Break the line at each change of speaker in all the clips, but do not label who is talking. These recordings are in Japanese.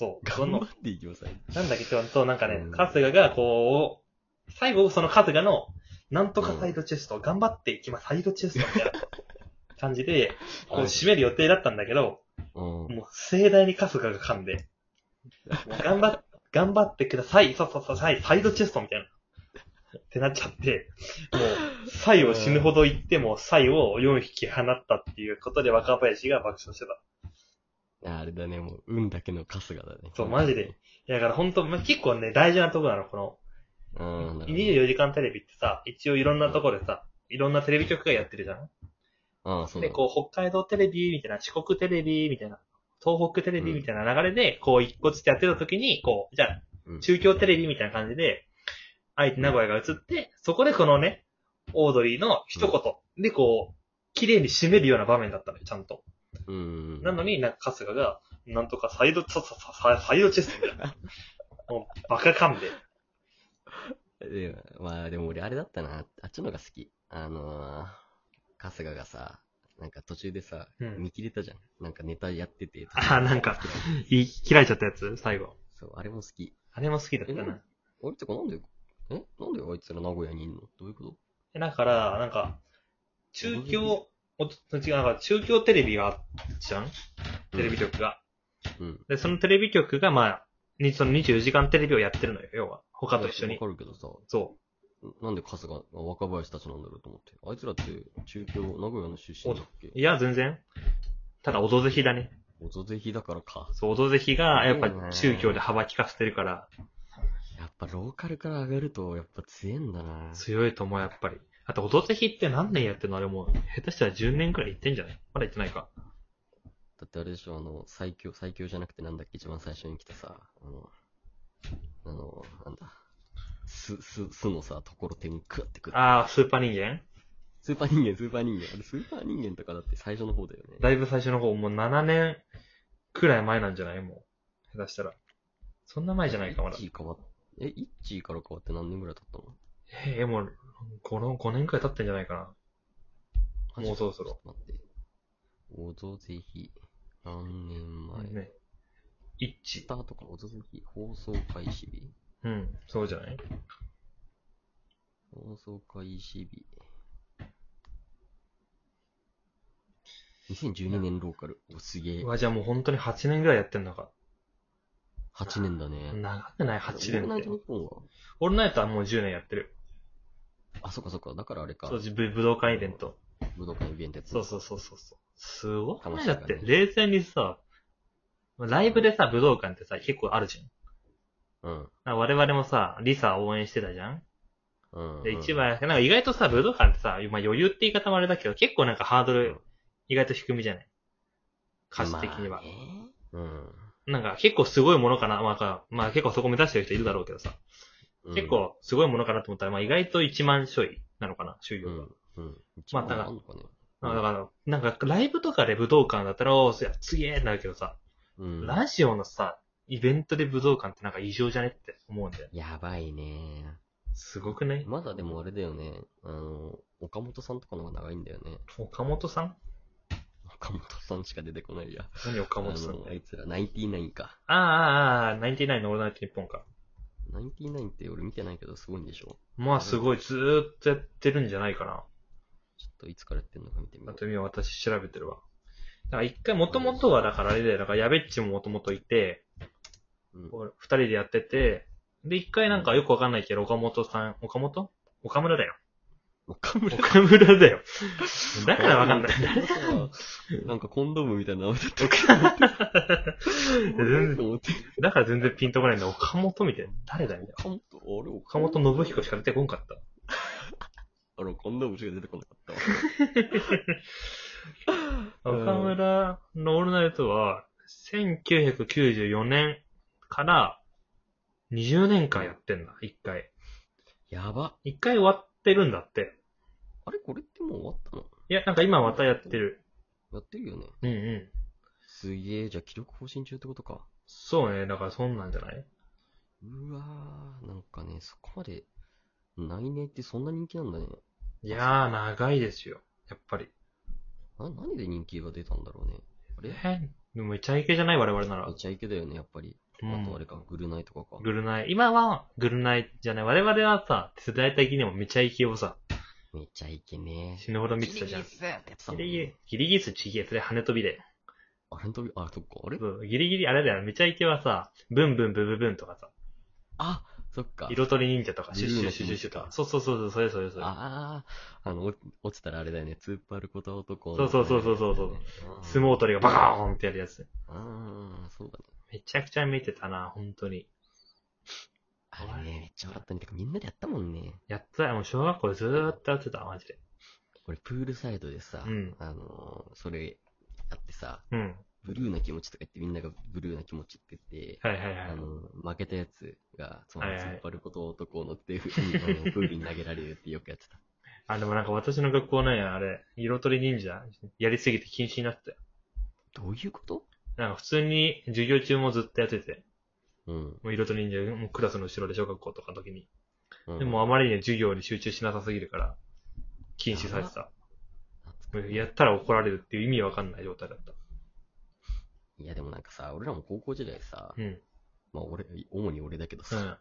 そう。
頑張っていきます。
なんだっけ、なんかね、春日がこう、最後その春日の、なんとかサイドチェスト、頑張っていきます、サイドチェストみたいな感じで、こう締める予定だったんだけど、もう盛大に春日が噛んで、もう頑張ってください、そう、サイドチェストみたいな。ってなっちゃって、もう、サイを死ぬほど言っても、サイを4匹放ったっていうことで若林が爆笑してた。
あれだね、もう、運だけの春日だね。
そう、マジで。いや、だから本当、結構ね、大事なとこなの、この、24時間テレビってさ、一応いろんなところでさ、いろんなテレビ局がやってるじゃん。
そう
で、こう、北海道テレビみたいな、四国テレビみたいな、東北テレビみたいな流れで、こう、一個ずつやってた時に、こう、じゃあ、中京テレビみたいな感じで、相手名古屋が映って、そこでこのね、オードリーの一言でこう、綺麗に締めるような場面だったのよ、ちゃんと。なのに、なんか春日が、なんとかサイドチェストみたいな。もう、バカ噛んで。
まあでも俺あれだったな、あっちのが好き。春日がさ、なんか途中でさ、見切れたじゃん。なんかネタやってて。
なんか、切られちゃったやつ最後。
そう、あれも好き。
あれも好きだったな。
あれってかなんであいつら名古屋にいんの？どういうこと？
だから、なんか、中京テレビがあったじゃん、テレビ局が。で、そのテレビ局が、まあ、その24時間テレビをやってるのよ、要は。他と一緒に。
わかるけどさ。
そう。
なんで春日、若林たちなんだろうと思って。あいつらって中京、名古屋の出身だっけ？
いや、全然。ただ、オドぜひだね。
オドぜひだからか。
そう、オドぜひが、やっぱ中京で幅利かせてるから。
やっぱローカルから上がると、やっぱ強いんだな。
強いと思う、やっぱり。あと、オドぜひって何年やってんの？あれもう、下手したら10年くらい行ってんじゃない？まだ行ってないか。
だってあれでしょ、最強じゃなくてなんだっけ、一番最初に来たさ、なんだ、巣のさ、ところ手にクッてくる。
ああ、スーパー人間。
スーパー人間。あれ、スーパー人間とかだって最初の方だよね。
だいぶ最初の方、もう7年くらい前なんじゃない？もう。下手したら。そんな前じゃないか、まだ。
イッチーから変わって何年ぐらい経ったの？
もう、5年くらい経ってんじゃないかな。もうそろそろ。
待って。オドぜひ、何年前？
ね。イッチ。
スタートか、オドぜひ、放送開始日？
そうじゃない？
放送開始日。2012年ローカル。すげえ。
じゃあもう本当に8年ぐらいやってんのか。
8年だね。
長くない？ 8 年って。オールナイト
日本は？
オールナイトはもう10年やってる。
あ、そっか。だからあれか。
そう、武道館イベント。
武道館イベントやつ。
そう。すごくない？だって、冷静にさ、ライブでさ、武道館ってさ、結構あるじゃん。我々もさ、リサ応援してたじゃん。で、一番、なんか意外とさ、武道館ってさ、まあ余裕って言い方もあれだけど、結構なんかハードル、意外と低めじゃない？歌詞的には。なんか結構すごいものかな。まあ結構そこ目指してる人いるだろうけどさ。結構すごいものかなと思ったら、まあ意外と1万ちょいなのかな、収容が。まあだから、なんかライブとかで武道館だったら、すげえってなるけどさ、ラジオのさ、イベントで武道館ってなんか異常じゃねって思うんだよ。
やばいね。
すごくね。
まだでもあれだよね。岡本さんとかの方が長いんだよね。
岡本さん
しか出てこないや。
何岡本さん？
あいつら、ナインティナインか。
ナインティナインのオールナイトニッポンか。
ナインティナインって俺見てないけどすごいんでしょ？
まあすごい、ずーっとやってるんじゃないかな。
ちょっといつからやってんのか見てみよう。
あと見よう、私調べてるわ。だから一回、もともとはだからあれで、だからやべっちももともといて、二人でやってて、で、一回なんかよくわかんないけど、岡村だよ。岡村だよ。だからわかんない。
なんかコンドームみたいな名前だった。
だから全然ピンとこないんだ。岡本みたいな。誰だよ。岡本信彦しか出てこんかった。
コンドームしか出てこなかった。
岡村のオールナイトは、1994年から20年間やってんだ、一回。
やば。
一回終わってるんだって。
あれこれってもう終わったの？
いや、なんか今またやってる。
やってるよね。すげえ、じゃあ記録更新中ってことか。
そうね、だからそんなんじゃない？
うわー、なんかね、そこまで、ないねってそんな人気なんだね。
いやー、長いですよ。やっぱり。
何で人気が出たんだろうね。
あれ？でもめちゃイケじゃない？我々なら。
めちゃイケだよね、やっぱり。 あとあれか、グルナイとかか。
グルナイ。今はグルナイじゃない。我々はさ、世代的にもめちゃイケをさ、
めちゃイケね。
死ぬほど見てたじゃん。
ギリギリスってやってたもん
ギリギリ、ギリギリスちげえ、それ羽飛びで。
あれ飛び、あ、そっか、あれ
そうギリギリ、あれだよ、めちゃイケはさ、ブンブンブブブンとかさ、
あ、そっか。
色とり忍者とか、
ブルーの
シュッシュッシュッシュッシュとか。そうそうそう、それそれそれ。
ああ、落ちたらあれだよね。ツーパルこと男
そうそうそうそうそうそう。相撲取りがバカーンってやるやつ。
ああ、そうだね。
めちゃくちゃ見てたな、本当に。
あれね、めっちゃ笑ったね。てかみんなでやったもんね。
やったよ、もう小学校でずーっとやってた、マジで。
俺、プールサイドでさ、
うん。
それやってさ、
うん。
ブルーな気持ちとか言ってみんながブルーな気持ちって言って、
はいはいはい。
負けたやつが、その
はいはい
突っ張ること男を乗って、プールに投げられるってよくやってた。
あ、でもなんか私の学校ね、あれ、色とり忍者やりすぎて禁止になってたよ。
どういうこと？
なんか普通に授業中もずっとやってて。
うん。
もう色とり忍者、もうクラスの後ろで小学校とかの時に。
うん、
でもあまりに授業に集中しなさすぎるから、禁止されてた。やったら怒られるっていう意味わかんない状態だった。
いやでもなんかさ、俺らも高校時代さ、
うん。
まあ主に俺だけどさ、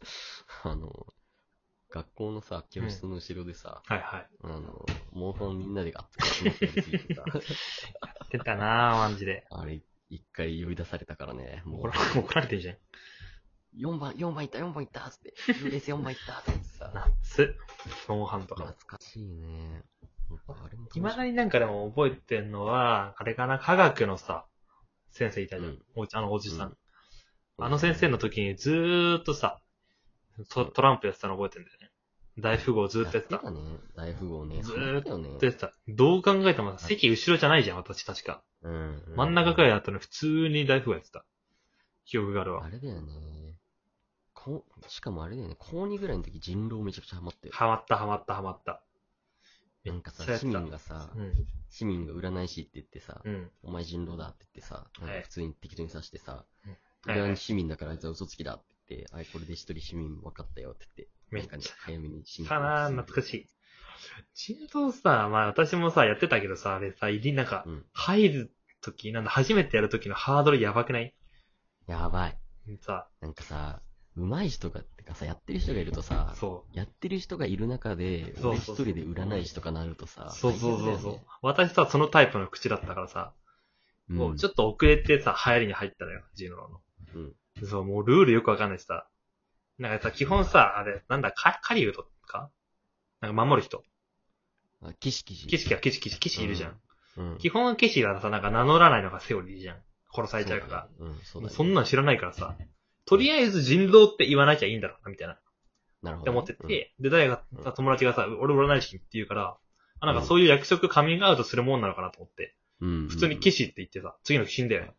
学校のさ、教室の後ろでさ、
はいはい。
モンハンみんなでガッツガツやりすぎてさ、
やってたなぁ、マジで。
あれ、一回呼び出されたからね、も
怒られてんじゃん。
4番いった、つって。ルーレス4番いった、って言ってさ。
夏。モンハンとか。
懐かしいね。あれも
未だになんかでも覚えてんのは、あれかな、科学のさ、先生いたじゃん。おじさん。あの先生の時にずーっとさ、トランプやってたの覚えてんだよね。大富豪ずーっとやってた。
ね。大富豪ね。
ずーっとやってた。どう考えても席後ろじゃないじゃん、私確か。真ん中くらいだったのに普通に大富豪やってた。記憶があるわ。
あれだよね。しかもあれだよね。高2ぐらいの時人狼めちゃくちゃハマってる。
ハマった。
なんかさ、市民が占い師って言ってさ、お前人狼だって言ってさ、なんか普通に適当に刺してさ、俺は市民だからあいつは嘘つきだって言って、これで一人市民分かったよって言って、
めっちゃ
早めに死ん
だな懐かしい。人狼さ、まあ私もさ、やってたけどさ、あれさ、なんか、入るとき、初めてやるときのハードルやばくない？
やばい。
さ、
なんかさ、上手い人がってかさ、やってる人がいるとさ、やってる人がいる中で、俺一人で占い師とかなるとさ、
そう。私さ、そのタイプの口だったからさ、もうちょっと遅れてさ、流行りに入ったのよ、人狼の。そう、もうルールよくわかんないしさ、なんかさ、基本さ、あれ、なんだ、狩人かなんか守る人。
騎士
いるじゃん。基本騎士がさ、なんか名乗らないのがセオリーじゃん。殺されちゃうから。そんなん知らないからさ、とりあえず人狼って言わなきゃいいんだろうな、みたいな。
なるほど。
って思ってて、で、友達がさ、俺占い師って言うから、なんかそういう約束カミングアウトするもんなのかなと思って。普通に騎士って言ってさ、次の日死んだよね。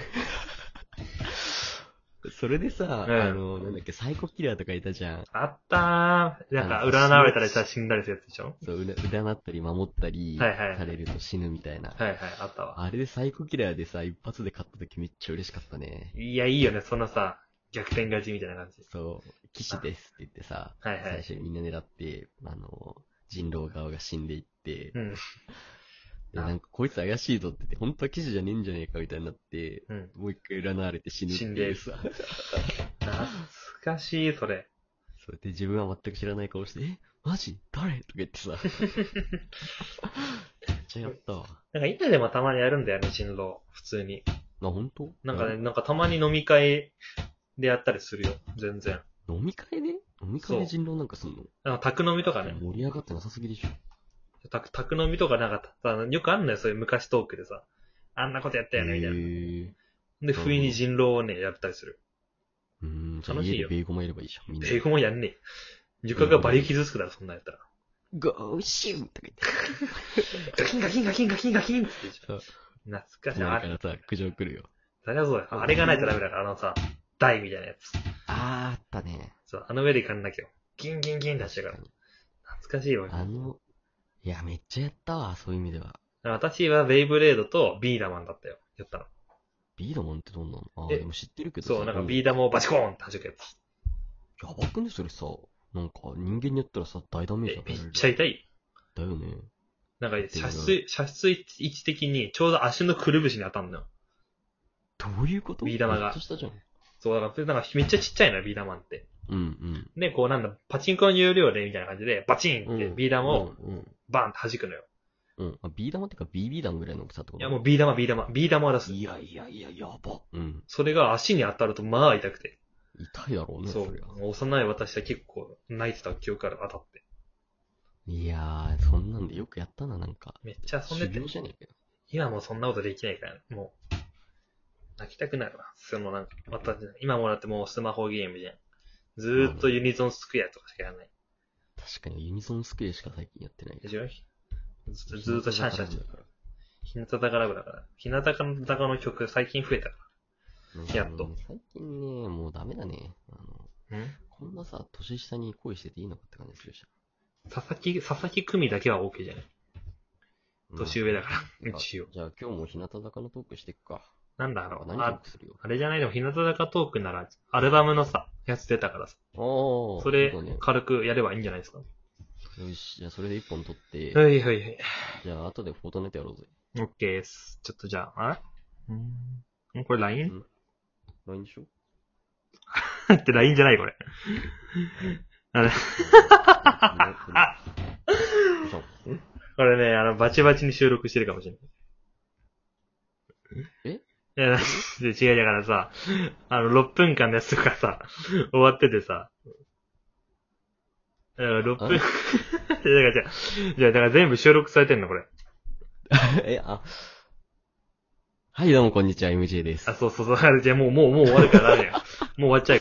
それでさ、なんだっけ、サイコキラーとかいたじゃん。
あったー。なんか、占われたりさ、死んだりするやつでしょ？
そう、占ったり守ったり、されると死ぬみたいな。
あったわ。
あれでサイコキラーでさ、一発で勝った時めっちゃ嬉しかったね。
いや、いいよね、そのさ、逆転勝ちみたいな感じ。
そう、騎士ですって言ってさ、最初にみんな狙って、人狼側が死んでいって、で、なんかこいつ怪しいぞって言って、本当は騎士じゃねえんじゃねえかみたいになって、もう一回占われて死ぬっていうさ。
懐かしい、それ。
そうで、自分は全く知らない顔して、マジ誰とか言ってさ。めっちゃやったわ。
なんか今でもたまにやるんだよね、人狼。普通に。
本当？
なんかね、なんかたまに飲み会でやったりするよ、全然。
飲み会で人狼なんかすんの？
宅飲みとかね。
盛り上がってなさすぎでしょ。
宅飲みとかなんか、よくあんのよ、そういう昔トークでさ。あんなことやったよね、みたいな。で、不意に人狼をね、やったりする。
楽しいよ。ベーゴマやればいいじゃん、みんな。
ベーゴマやんねえ。床がバリ傷つくだろ、そんなんやったら。
ゴーシューとか言って。
ガキンって懐かしい。
あれからさ、苦情来るよ。
そりゃそうだよ。あれがないとダメだから、台みたいなやつ。
あったね。
そう、上で行かんなきゃ。ギン出してから。懐かしいわ。
いや、めっちゃやったわ、そういう意味では。
私はベイブレードとビーダマンだったよ。やったの。
ビーダマンってどんなの？でも知ってるけど
さ。そう、なんかビーダマンをバチコーンって弾くやつ。
やばくね、それさ。なんか、人間にやったらさ、大ダメージだ
めっちゃ痛い。
だよね。
なんか、射出位置的に、ちょうど足のくるぶしに当たんのよ。
どういうこと？
ビー玉が。
めっちゃ下じゃん。
そう、だからめっちゃちっちゃいのよ、ビー玉って。うんうん。で、こうなんだ、パチンコの有料でみたいな感じで、バチンってビー玉をバーンって弾くのよ。
うん。ビー玉ってか BB 弾ぐらいの大きさってこと？
いやもうビー玉を出す。
いや、やば。うん。
それが足に当たるとまあ痛くて。
痛いだろうね、
そう。幼い私は結構泣いてた記憶から当たって。
いやー、そんなんでよくやったな、なんか。
めっちゃ遊んでて。
修行じゃねえかよ。
今もうそんなことできないから、もう。泣きたくなるわ。なんか、今もだってもうスマホゲームじゃん。ずーっとユニゾンスクエアとかしかやらない。
確かにユニゾンスクエアしか最近やってない。
でしょ？ずーっとシャンシャンしてるから。日向坂ラブだから。日向坂の曲最近増えたから。やっと。
最近ね、もうダメだね。こんなさ、年下に恋してていいのかって感じするじ
ゃん。佐々木久美だけは OK じゃない？年上だから、一応。
じゃあ今日も日向坂のトークしていくか。
なんだろう。あれじゃないでも日向坂トークなら、アルバムのさ、やつ出たからさ。それ、軽くやればいいんじゃないですか。
よし、じゃあそれで一本撮って。
はい。
じゃあ後でフォトネタやろうぜ。
オッケーです。ちょっとじゃあ、これ LINE？LINE
でしょ
って LINE じゃないこれ。これね、バチバチに収録してるかもしれない。いや、違うだからさ、6分間のやつとかさ、終わっててさ、だから6分、だから全部収録されてんのこれ。
はい、どうもこんにちは、MJ です。
そう。じゃあもう終わるからダメよ。もう終わっちゃう。